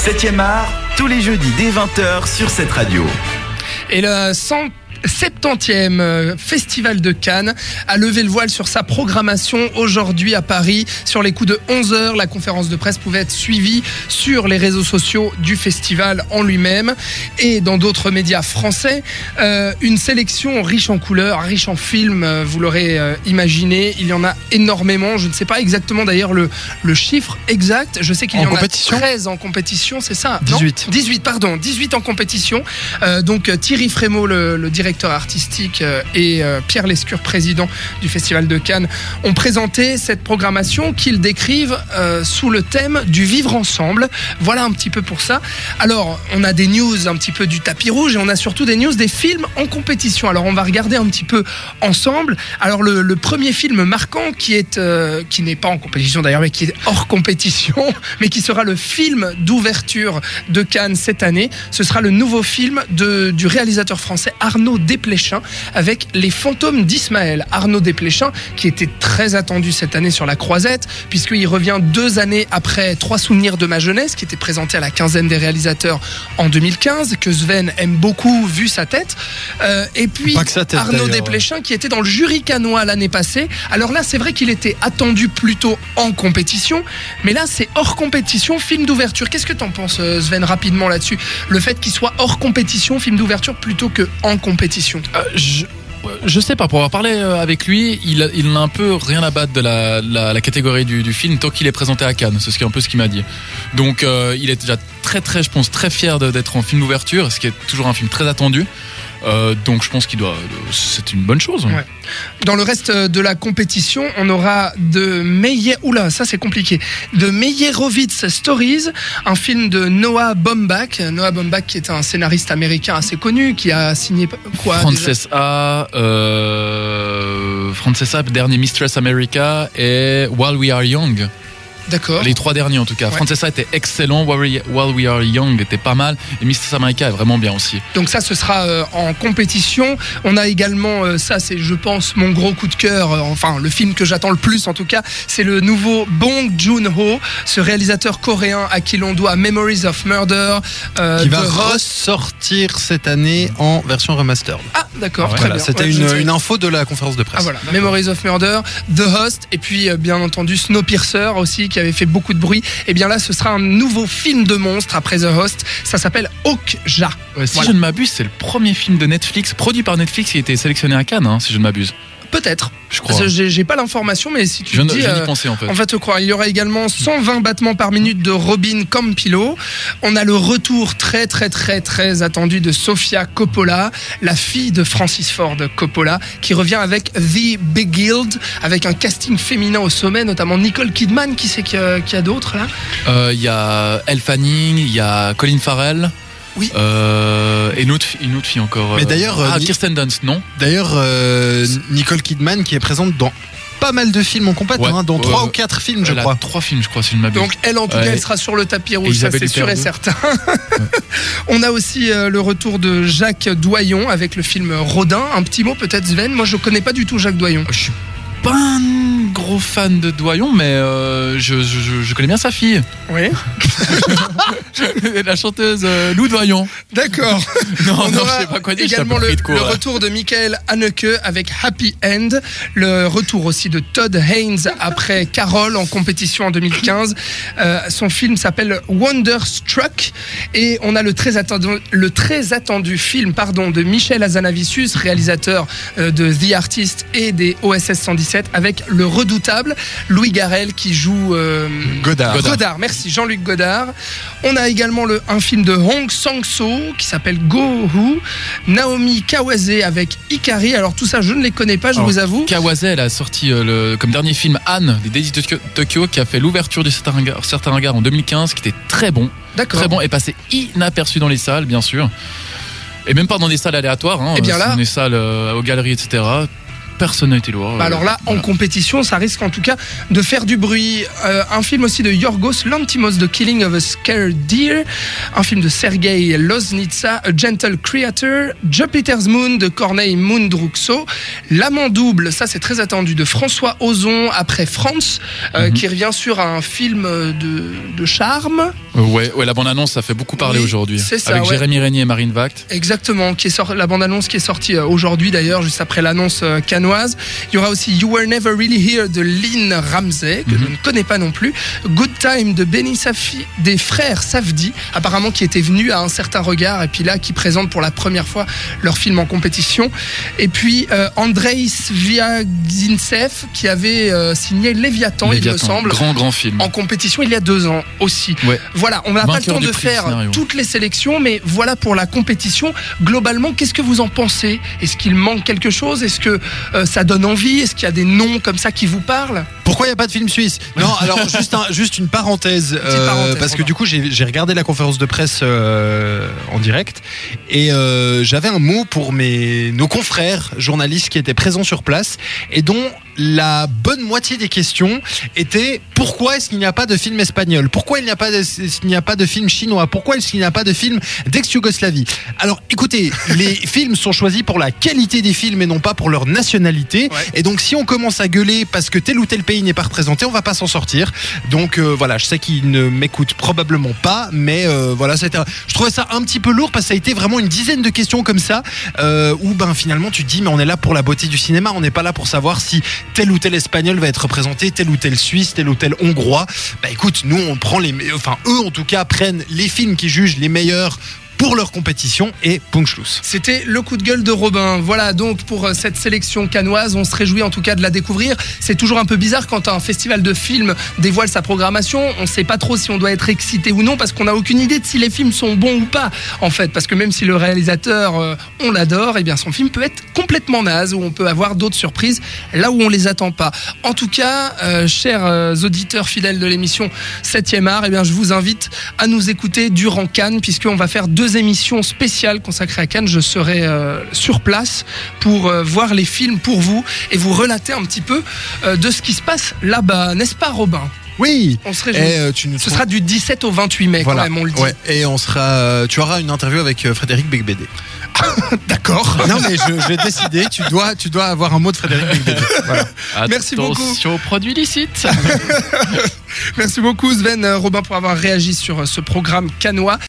7e art, tous les jeudis dès 20h sur cette radio. Et le 170e Festival de Cannes a levé le voile sur sa programmation aujourd'hui à Paris. Sur les coups de 11h, la conférence de presse pouvait être suivie sur les réseaux sociaux du festival en lui-même et dans d'autres médias français. Une sélection riche en couleurs, riche en films, vous l'aurez imaginé. Il y en a énormément. Je ne sais pas exactement d'ailleurs le chiffre exact. Je sais qu'il y en a 13 en compétition, c'est ça ? 18. Non 18 en compétition. Donc Thierry Frémaux, le directeur artistique, et Pierre Lescure, président du Festival de Cannes, ont présenté cette programmation qu'ils décrivent sous le thème du vivre ensemble. Voilà un petit peu pour ça. Alors, on a des news un petit peu du tapis rouge et on a surtout des news des films en compétition. Alors, on va regarder un petit peu ensemble. Alors, le premier film marquant qui n'est pas en compétition d'ailleurs, mais qui est hors compétition, mais qui sera le film d'ouverture de Cannes cette année, ce sera le nouveau film du réalisateur français Arnaud Desplechin avec Les Fantômes d'Ismaël. Arnaud Desplechin qui était très attendu cette année sur la Croisette puisqu'il revient 2 années après 3 souvenirs de ma jeunesse qui était présenté à la quinzaine des réalisateurs en 2015, que Sven aime beaucoup vu sa tête. Et puis Arnaud Desplechin qui était dans le jury cannois l'année passée. Alors là c'est vrai qu'il était attendu plutôt en compétition, mais là c'est hors compétition, film d'ouverture. Qu'est-ce que t'en penses Sven rapidement là-dessus? Le fait qu'il soit hors compétition, film d'ouverture plutôt que en compétition. Je sais pas, pour avoir parlé avec lui, il n'a un peu rien à battre de la catégorie du film tant qu'il est présenté à Cannes, c'est un peu ce qu'il m'a dit. Donc il est déjà très, je pense, très fier d'être en film d'ouverture, ce qui est toujours un film très attendu. Donc je pense c'est une bonne chose. Ouais. Dans le reste de la compétition, on aura de Meyerowitz Stories, un film de Noah Baumbach. Noah Baumbach qui est un scénariste américain assez connu, qui a signé quoi Francesa, dernier Mistress America et While We Are Young. D'accord. Les 3 derniers en tout cas. Ouais. Francesa était excellent, While We Are Young était pas mal, et Mistress America est vraiment bien aussi. Donc ça, ce sera en compétition. On a également, ça c'est je pense mon gros coup de cœur, enfin le film que j'attends le plus en tout cas, c'est le nouveau Bong Joon-ho, ce réalisateur coréen à qui l'on doit Memories of Murder. Qui va ressortir cette année en version remastered. Ah d'accord, très bien. C'était une info de la conférence de presse. Ah voilà, Memories of Murder, The Host, et puis bien entendu Snowpiercer aussi, qui avait fait beaucoup de bruit. Et bien là, ce sera un nouveau film de monstre après The Host. Ça s'appelle Okja. Si je ne m'abuse, c'est le premier film de Netflix, produit par Netflix, qui a été sélectionné à Cannes, si je ne m'abuse. Peut-être. Je crois. J'ai pas l'information, mais si tu je dis, y pensais, en fait. On va te croire. Il y aura également 120 battements par minute de Robin Campillo. On a le retour très attendu de Sofia Coppola, la fille de Francis Ford Coppola, qui revient avec The Big Guild, avec un casting féminin au sommet, notamment Nicole Kidman. Qui c'est qu'il y a d'autres là? Il y a Elle Fanning, il y a Colin Farrell. Oui. Et une autre fille encore. Mais d'ailleurs, Kirsten Dunst, non? D'ailleurs, Nicole Kidman qui est présente dans pas mal de films en compète, dont 3 ou 4 films, je crois. 3 films, je crois, si je ne m'abuse. Donc elle, en tout cas, elle sera sur le tapis rouge, ça c'est sûr et certain. On a aussi le retour de Jacques Doyon avec le film Rodin. Un petit mot peut-être, Sven? Moi, je connais pas du tout Jacques Doyon. Je suis pas un gros fan de Doyon, mais je connais bien sa fille. Oui. La chanteuse Lou Doyon. D'accord. Non, je sais pas quoi dire. Également le retour de Michael Haneke avec Happy End. Le retour aussi de Todd Haynes après Carol en compétition en 2015. Son film s'appelle Wonderstruck. Et on a le très attendu film de Michel Hazanavicius, réalisateur de The Artist et des OSS 117, avec le redoutable Louis Garrel qui joue Godard. Merci, Jean-Luc Godard. On a également un film de Hong Sang-soo qui s'appelle Go Who. Naomi Kawase avec Ikari. Alors tout ça, je ne les connais pas, je vous avoue. Kawase, elle a sorti comme dernier film Anne des Daisy Tokyo, qui a fait l'ouverture du Certain Regard en 2015, qui était très bon. D'accord. Très bon et passé inaperçu dans les salles, bien sûr. Et même pas dans des salles aléatoires, et bien là, dans des salles aux galeries, etc. Personne n'a été loin. Alors là, en compétition, ça risque en tout cas de faire du bruit. Un film aussi de Yorgos Lanthimos, The Killing of a Scared Deer. Un film de Sergei Loznitsa, A Gentle Creator. Jupiter's Moon de Corneille Mundruczó. L'amant double, ça c'est très attendu, de François Ozon après France, qui revient sur un film de charme. Ouais, la bande-annonce, ça fait beaucoup parler aujourd'hui. C'est ça, avec Jérémy Régnier et Marine Vact. Exactement, la bande-annonce qui est sortie aujourd'hui d'ailleurs, juste après l'annonce cannoise. Il y aura aussi You Were Never Really Here de Lynn Ramsey, que je ne connais pas non plus. Good Time de Benny Safi, des frères Safdie, apparemment qui étaient venus à un certain regard, et puis là, qui présentent pour la première fois leur film en compétition. Et puis Andrei Sviagintsev, qui avait signé Léviathan, il me semble. Grand film. En compétition il y a 2 ans aussi. Ouais. Voilà, on n'a pas le temps de faire toutes les sélections, mais voilà pour la compétition. Globalement, qu'est-ce que vous en pensez ? Est-ce qu'il manque quelque chose ? Est-ce que ça donne envie ? Est-ce qu'il y a des noms comme ça qui vous parlent ? Pourquoi il n'y a pas de film suisse ? Non, alors juste une parenthèse, parce que du coup j'ai regardé la conférence de presse en direct et j'avais un mot pour nos confrères journalistes qui étaient présents sur place et dont la bonne moitié des questions étaient pourquoi est-ce qu'il n'y a pas de film espagnol ? Pourquoi il n'y a pas de film chinois ? Pourquoi est-ce qu'il n'y a pas de film d'ex-Yougoslavie ? Alors écoutez, les films sont choisis pour la qualité des films et non pas pour leur nationalité. Ouais. Et donc si on commence à gueuler parce que tel ou tel pays n'est pas représenté, on va pas s'en sortir. Donc voilà, je sais qu'ils ne m'écoutent probablement pas, mais voilà, je trouvais ça un petit peu lourd parce que ça a été vraiment une dizaine de questions comme ça où finalement tu te dis mais on est là pour la beauté du cinéma, on n'est pas là pour savoir si tel ou tel espagnol va être représenté, tel ou tel suisse, tel ou tel hongrois. Écoute, nous on prend eux en tout cas prennent les films qui jugent les meilleurs pour leur compétition et Punchluss. C'était le coup de gueule de Robin. Voilà donc pour cette sélection cannoise, on se réjouit en tout cas de la découvrir. C'est toujours un peu bizarre quand un festival de films dévoile sa programmation, on ne sait pas trop si on doit être excité ou non parce qu'on n'a aucune idée de si les films sont bons ou pas en fait, parce que même si le réalisateur on l'adore, et bien son film peut être complètement naze ou on peut avoir d'autres surprises là où on les attend pas. En tout cas, chers auditeurs fidèles de l'émission 7e art, et bien je vous invite à nous écouter durant Cannes puisqu'on va faire 2 émissions spéciales consacrées à Cannes. Je serai sur place pour voir les films pour vous et vous relater un petit peu de ce qui se passe là-bas, n'est-ce pas Robin ? Oui, on se réjouit. Ce sera du 17 au 28 mai, voilà. Quand même, on le dit. Ouais. Et tu auras une interview avec Frédéric Becbédé. D'accord. Non mais je vais décider. Tu dois avoir un mot de Frédéric Becbédé. Voilà. Merci beaucoup. Attention aux produits licites. Merci beaucoup Sven, Robin pour avoir réagi sur ce programme cannois.